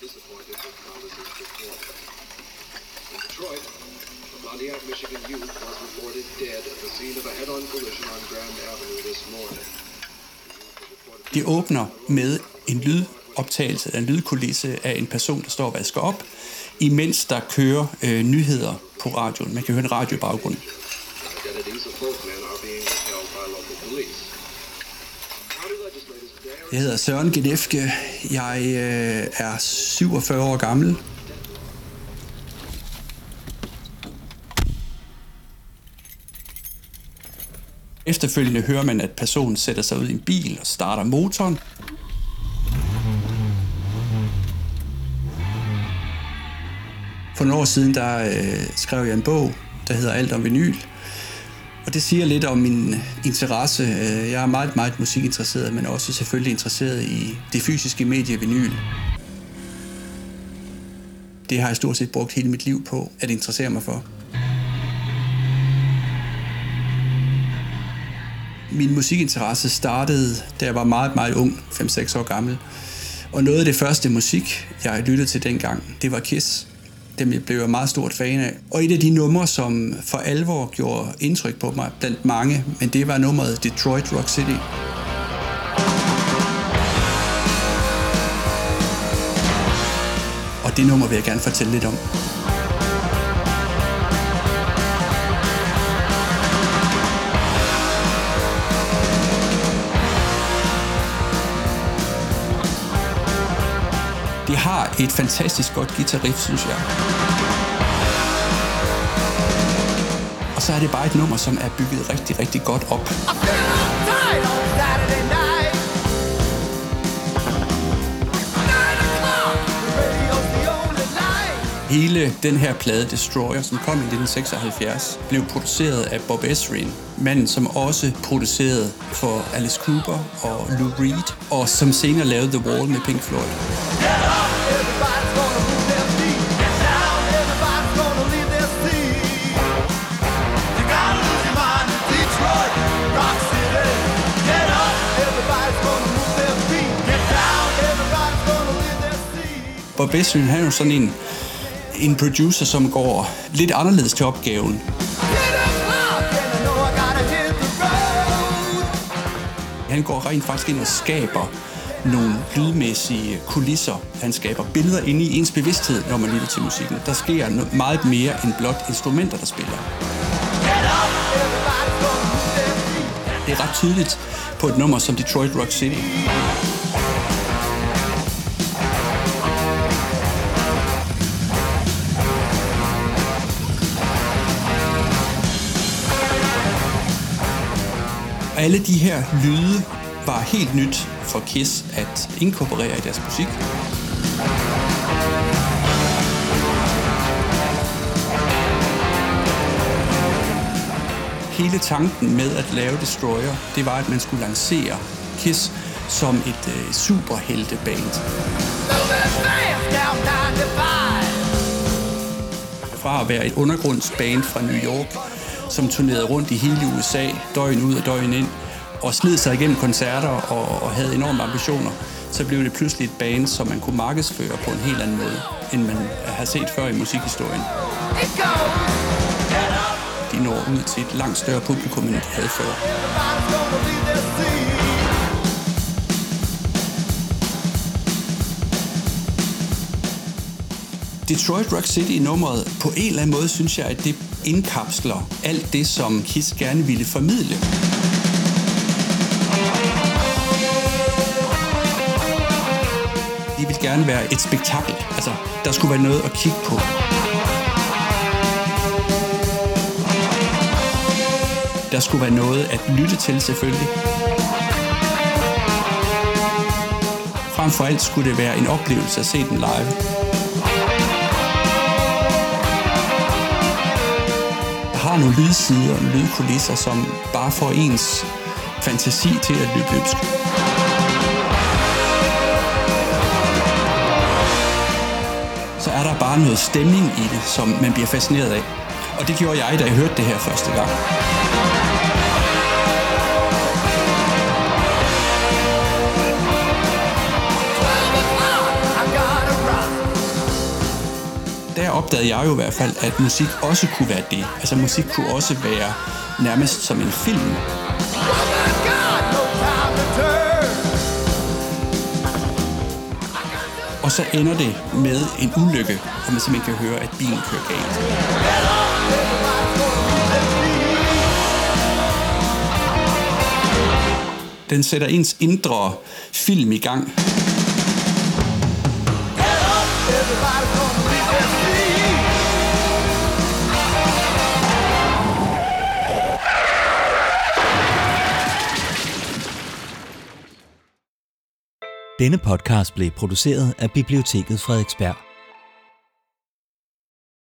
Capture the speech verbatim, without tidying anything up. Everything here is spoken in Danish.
Det åbner med en lydoptagelse, en lydkulisse af en person, der står og vasker op, imens der kører øh, nyheder på radioen. Man kan høre en radio i baggrunden. Jeg hedder Søren Gedefke. Jeg øh, er syvogfyrre år gammel. Efterfølgende hører man, at personen sætter sig ud i en bil og starter motoren. For nogle år siden der øh, skrev jeg en bog, der hedder Alt om vinyl. Og det siger lidt om min interesse. Jeg er meget, meget musikinteresseret, men også selvfølgelig interesseret i det fysiske medie vinyl. Det har jeg stort set brugt hele mit liv på at interessere mig for. Min musikinteresse startede, da jeg var meget, meget ung, fem seks år gammel. Og noget af det første musik, jeg lyttede til dengang, det var Kiss. Dem jeg blev jeg meget stort fan af. Og et af de numre, som for alvor gjorde indtryk på mig blandt mange, men det var nummeret Detroit Rock City. Og det nummer vil jeg gerne fortælle lidt om. Det har et fantastisk godt guitarriff, synes jeg. Og så er det bare et nummer, som er bygget rigtig, rigtig godt op. Hele den her plade Destroyer, som kom i nitten seksoghalvfjerds, blev produceret af Bob Ezrin, manden som også producerede for Alice Cooper og Lou Reed, og som senere lavede The Wall med Pink Floyd. Bob Ezrin, han er jo sådan en, en producer, som går lidt anderledes til opgaven. Han går rent faktisk ind og skaber nogle lydmæssige kulisser. Han skaber billeder inde i ens bevidsthed, når man lytter til musikken. Der sker meget mere end blot instrumenter, der spiller. Det er ret tydeligt på et nummer som Detroit Rock City. Alle de her lyde var helt nyt for Kiss at inkorporere i deres musik. Hele tanken med at lave Destroyer, det var, at man skulle lancere Kiss som et øh, superhelteband. Fra at være et undergrundsband fra New York, som turnerede rundt i hele U S A, døgn ud og døgn ind, og slid sig igennem koncerter og, og havde enorme ambitioner, så blev det pludselig et band, som man kunne markedsføre på en helt anden måde, end man har set før i musikhistorien. De når ud til et langt større publikum, end de havde før. Detroit Rock City-nummeret, på en eller anden måde, synes jeg, at det indkapsler alt det, som Kiss gerne ville formidle. De ville gerne være et spektakel. Altså, der skulle være noget at kigge på. Der skulle være noget at lytte til, selvfølgelig. Frem for alt skulle det være en oplevelse at se den live. Der har nogle lydsider og lydkulisser, som bare får ens fantasi til at løbe løbsk. Så er der bare noget stemning i det, som man bliver fascineret af. Og det gjorde jeg, da jeg hørte det her første gang. opdagede jeg jo i hvert fald, at musik også kunne være det. Altså musik kunne også være nærmest som en film. Og så ender det med en ulykke, hvor man simpelthen kan høre, at bilen kører galt. Den sætter ens indre film i gang. Denne podcast blev produceret af Biblioteket Frederiksberg.